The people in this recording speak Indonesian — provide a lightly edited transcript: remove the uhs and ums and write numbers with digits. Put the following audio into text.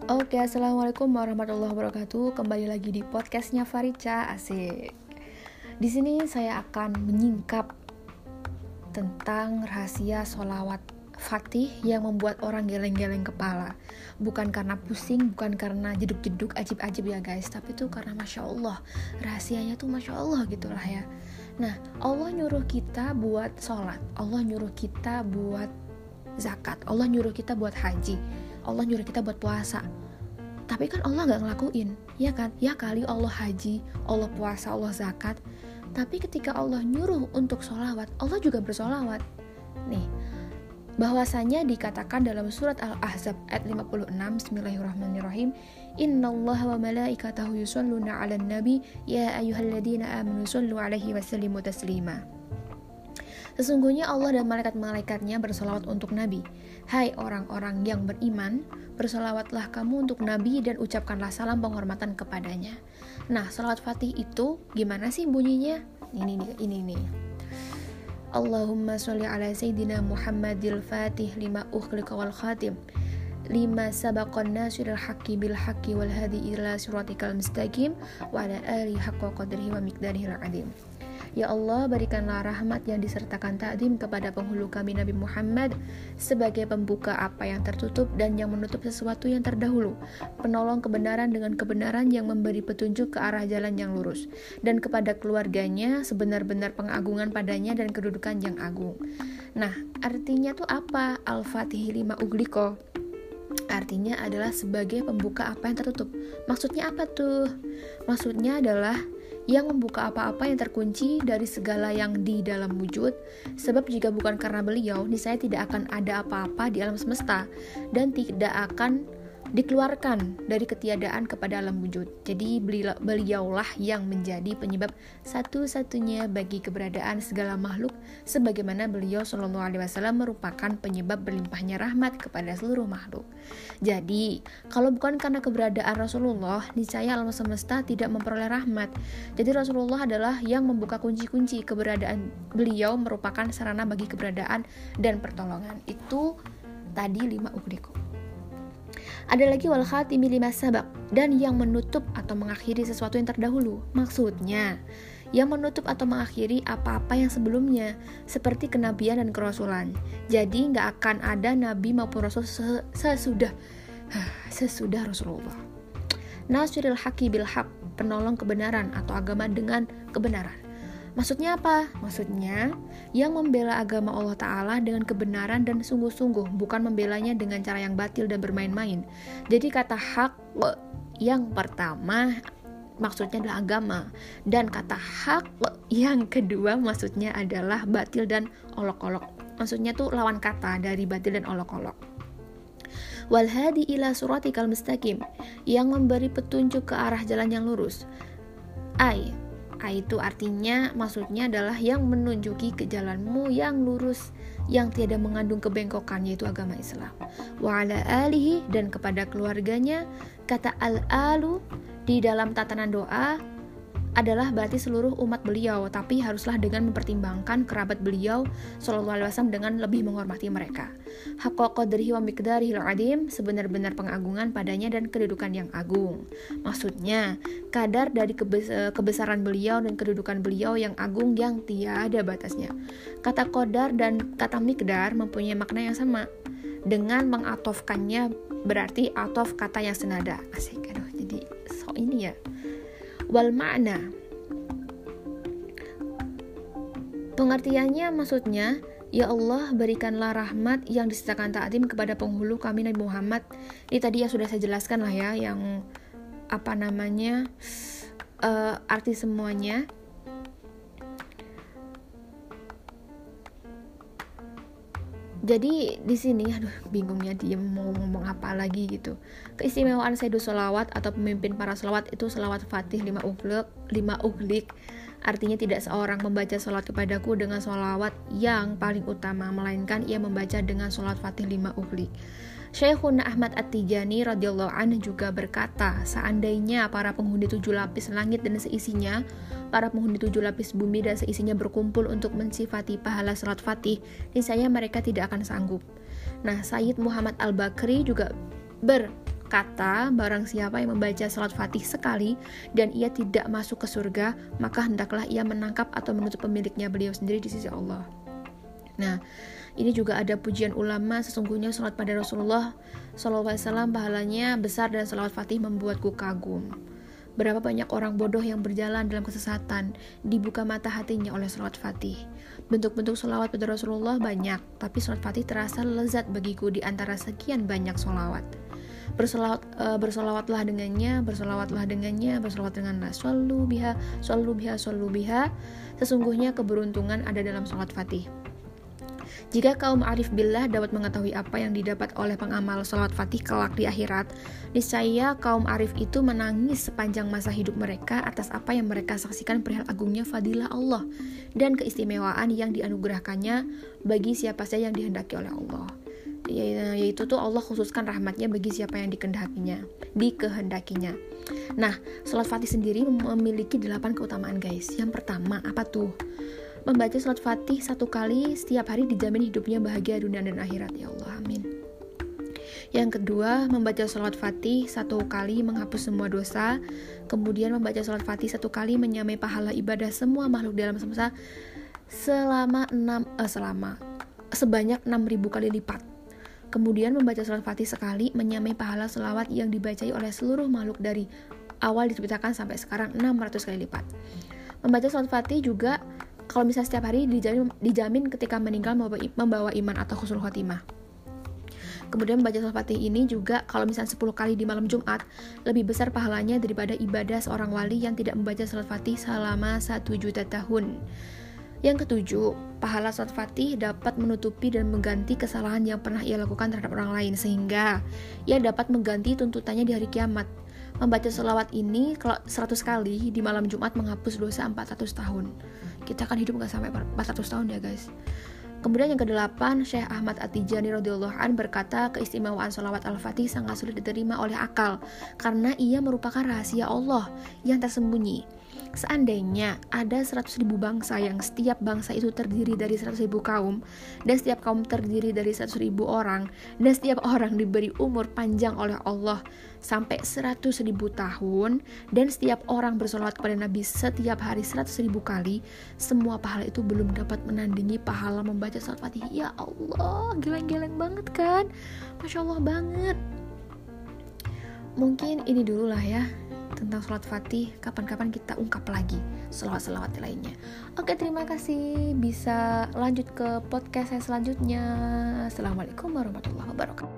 Oke, assalamualaikum warahmatullahi wabarakatuh. Kembali lagi di podcastnya Farica, asik. Di sini saya akan menyingkap tentang rahasia sholawat Fatih yang membuat orang geleng-geleng kepala. Bukan karena pusing, bukan karena jeduk-jeduk ajib-ajib ya guys, tapi itu karena Masya Allah. Rahasianya tuh Masya Allah gitulah ya. Nah, Allah nyuruh kita buat sholat, Allah nyuruh kita buat zakat, Allah nyuruh kita buat haji, Allah nyuruh kita buat puasa. Tapi kan Allah gak ngelakuin, ya kan? Ya kali Allah haji, Allah puasa, Allah zakat. Tapi ketika Allah nyuruh untuk sholawat, Allah juga bersolawat. Nih, bahwasanya dikatakan dalam surat Al-Ahzab ayat 56, Bismillahirrahmanirrahim, Innallaha wa malaikatahu yusholluna 'alan nabi ya ayyuhalladzina amanu shollu 'alaihi wa sallimu taslima. Sesungguhnya Allah dan malaikat-malaikatnya bersolawat untuk Nabi. Hai orang-orang yang beriman, bersolawatlah kamu untuk Nabi dan ucapkanlah salam penghormatan kepadanya. Nah, salawat Fatih itu gimana sih bunyinya? Ini nih. Allahumma sholli ala sayyidina Muhammadil Fatih lima ukhliqa wal khatim lima sabaqan nasiril haqqi bil haqqi wal hadi ila siratikal mustaqim wa ala alihi haqqa qadrihi wa miqdarihil azim. Ya Allah, berikanlah rahmat yang disertakan takdim kepada penghulu kami Nabi Muhammad sebagai pembuka apa yang tertutup dan yang menutup sesuatu yang terdahulu, penolong kebenaran dengan kebenaran yang memberi petunjuk ke arah jalan yang lurus, dan kepada keluarganya sebenar-benar pengagungan padanya dan kedudukan yang agung. Nah, artinya tuh apa? Al-Fatih lima ughliqa. Artinya adalah sebagai pembuka apa yang tertutup. Maksudnya apa tuh? Maksudnya adalah yang membuka apa-apa yang terkunci dari segala yang di dalam wujud, sebab jika bukan karena beliau, niscaya tidak akan ada apa-apa di alam semesta dan tidak akan dikeluarkan dari ketiadaan kepada alam wujud. Jadi beliaulah yang menjadi penyebab satu-satunya bagi keberadaan segala makhluk, sebagaimana beliau SAW merupakan penyebab berlimpahnya rahmat kepada seluruh makhluk. Jadi kalau bukan karena keberadaan Rasulullah, niscaya alam semesta tidak memperoleh rahmat. Jadi Rasulullah adalah yang membuka kunci-kunci keberadaan beliau, merupakan sarana bagi keberadaan dan pertolongan. Itu tadi 5 ughliqa. Ada lagi wal khatimi lima sabaq, dan yang menutup atau mengakhiri sesuatu yang terdahulu. Maksudnya yang menutup atau mengakhiri apa-apa yang sebelumnya, seperti kenabian dan kerasulan. Jadi gak akan ada nabi maupun rasul sesudah Rasulullah. Nasiril haqqi bil haqq, penolong kebenaran atau agama dengan kebenaran. Maksudnya apa? Maksudnya yang membela agama Allah Ta'ala dengan kebenaran dan sungguh-sungguh, bukan membelanya dengan cara yang batil dan bermain-main. Jadi kata hak yang pertama maksudnya adalah agama, dan kata hak yang kedua maksudnya adalah batil dan olok-olok. Maksudnya tuh lawan kata dari batil dan olok-olok. Wal hadi ila siratikal mustaqim, yang memberi petunjuk ke arah jalan yang lurus. Itu artinya maksudnya adalah yang menunjuki ke jalanmu yang lurus, yang tiada mengandung kebengkokan, yaitu agama Islam. Wa ala alihi, dan kepada keluarganya. Kata al-alu di dalam tatanan doa adalah berarti seluruh umat beliau, tapi haruslah dengan mempertimbangkan kerabat beliau SAW dengan lebih menghormati mereka. Haqqa qadrihi wa miqdarihil azim, sebenar-benar pengagungan padanya dan kedudukan yang agung. Maksudnya kadar dari kebesaran beliau dan kedudukan beliau yang agung yang tiada batasnya. Kata qadar dan kata miqdar mempunyai makna yang sama. Dengan mengatofkannya berarti atof kata yang senada. Asik, jadi ini ya. Wal makna, pengertiannya maksudnya, ya Allah, berikanlah rahmat yang disertakan takdim kepada penghulu kami Nabi Muhammad. Ini tadi yang sudah saya jelaskan lah ya, yang arti semuanya. Jadi di sini bingungnya dia mau ngomong apa lagi gitu. Keistimewaan Sayyidus Sholawat atau pemimpin para sholawat itu salawat Fatih 5 ughliq. Artinya tidak seorang membaca sholawat kepadaku dengan sholawat yang paling utama, melainkan ia membaca dengan sholawat Fatih 5 ughliq. Syekhuna Ahmad At-Tijani radhiyallahu anhu juga berkata, seandainya para penghuni 7 lapis langit dan seisinya, para penghuni 7 lapis bumi dan seisinya berkumpul untuk mensifati pahala salat Fatih, niscaya mereka tidak akan sanggup. Nah, Sayyid Muhammad Al-Bakri juga kata, barang siapa yang membaca salat Fatih sekali dan ia tidak masuk ke surga, maka hendaklah ia menangkap atau menutup pemiliknya, beliau sendiri di sisi Allah. Nah, ini juga ada pujian ulama, sesungguhnya salat pada Rasulullah SAW pahalanya besar dan salawat Fatih membuatku kagum. Berapa banyak orang bodoh yang berjalan dalam kesesatan, dibuka mata hatinya oleh salawat Fatih. Bentuk-bentuk salawat pada Rasulullah banyak, tapi salawat Fatih terasa lezat bagiku di antara sekian banyak salawat. Bersolawatlah dengannya, bersolawatlah dengannya, sallu biha, sallu biha, sallu biha. Sesungguhnya keberuntungan ada dalam salawat Fatih. Jika kaum arif billah dapat mengetahui apa yang didapat oleh pengamal salawat Fatih kelak di akhirat, niscaya kaum arif itu menangis sepanjang masa hidup mereka atas apa yang mereka saksikan perihal agungnya fadilah Allah dan keistimewaan yang dianugerahkannya bagi siapa saja yang dikehendaki oleh Allah. Yaitu tuh Allah khususkan rahmatnya bagi siapa yang dikehendakinya. Nah, salawat Fatih sendiri memiliki 8 keutamaan guys. Yang pertama, apa tuh? Membaca salat Fatih 1 kali setiap hari dijamin hidupnya bahagia dunia dan akhirat. Ya Allah, amin. Yang kedua, membaca salat Fatih 1 kali menghapus semua dosa. Kemudian membaca salat Fatih 1 kali menyamai pahala ibadah semua makhluk di alam semesta sebanyak 6.000 kali lipat. Kemudian membaca salat Fatih sekali menyamai pahala selawat yang dibacai oleh seluruh makhluk dari awal diciptakan sampai sekarang 600 kali lipat. Membaca salat Fatih juga kalau misalnya setiap hari dijamin ketika meninggal membawa iman atau husnul khotimah. Kemudian membaca salat Fatih ini juga kalau misalnya 10 kali di malam Jumat lebih besar pahalanya daripada ibadah seorang wali yang tidak membaca salat Fatih selama 1 juta tahun. Yang ketujuh, pahala salat Fatih dapat menutupi dan mengganti kesalahan yang pernah ia lakukan terhadap orang lain sehingga ia dapat mengganti tuntutannya di hari kiamat. Membaca selawat ini kalau 100 kali di malam Jumat menghapus dosa 400 tahun. Kita kan hidup gak sampai 400 tahun ya guys. Kemudian yang ke-8, Syekh Ahmad At-Tijani radhiyallahu an berkata keistimewaan salawat Al-Fatih sangat sulit diterima oleh akal karena ia merupakan rahasia Allah yang tersembunyi. Seandainya ada 100.000 bangsa yang setiap bangsa itu terdiri dari 100.000 kaum dan setiap kaum terdiri dari 100.000 orang dan setiap orang diberi umur panjang oleh Allah sampai 100.000 tahun dan setiap orang bersolawat kepada Nabi setiap hari 100.000 kali, semua pahala itu belum dapat menandingi pahala membaca salat Fatih. Ya Allah, geleng-geleng banget kan? Masya Allah banget. Mungkin ini dulu lah ya tentang salat Fatih. Kapan-kapan kita ungkap lagi selawat-selawat lainnya. Oke, terima kasih. Bisa lanjut ke podcast saya selanjutnya. Assalamualaikum warahmatullahi wabarakatuh.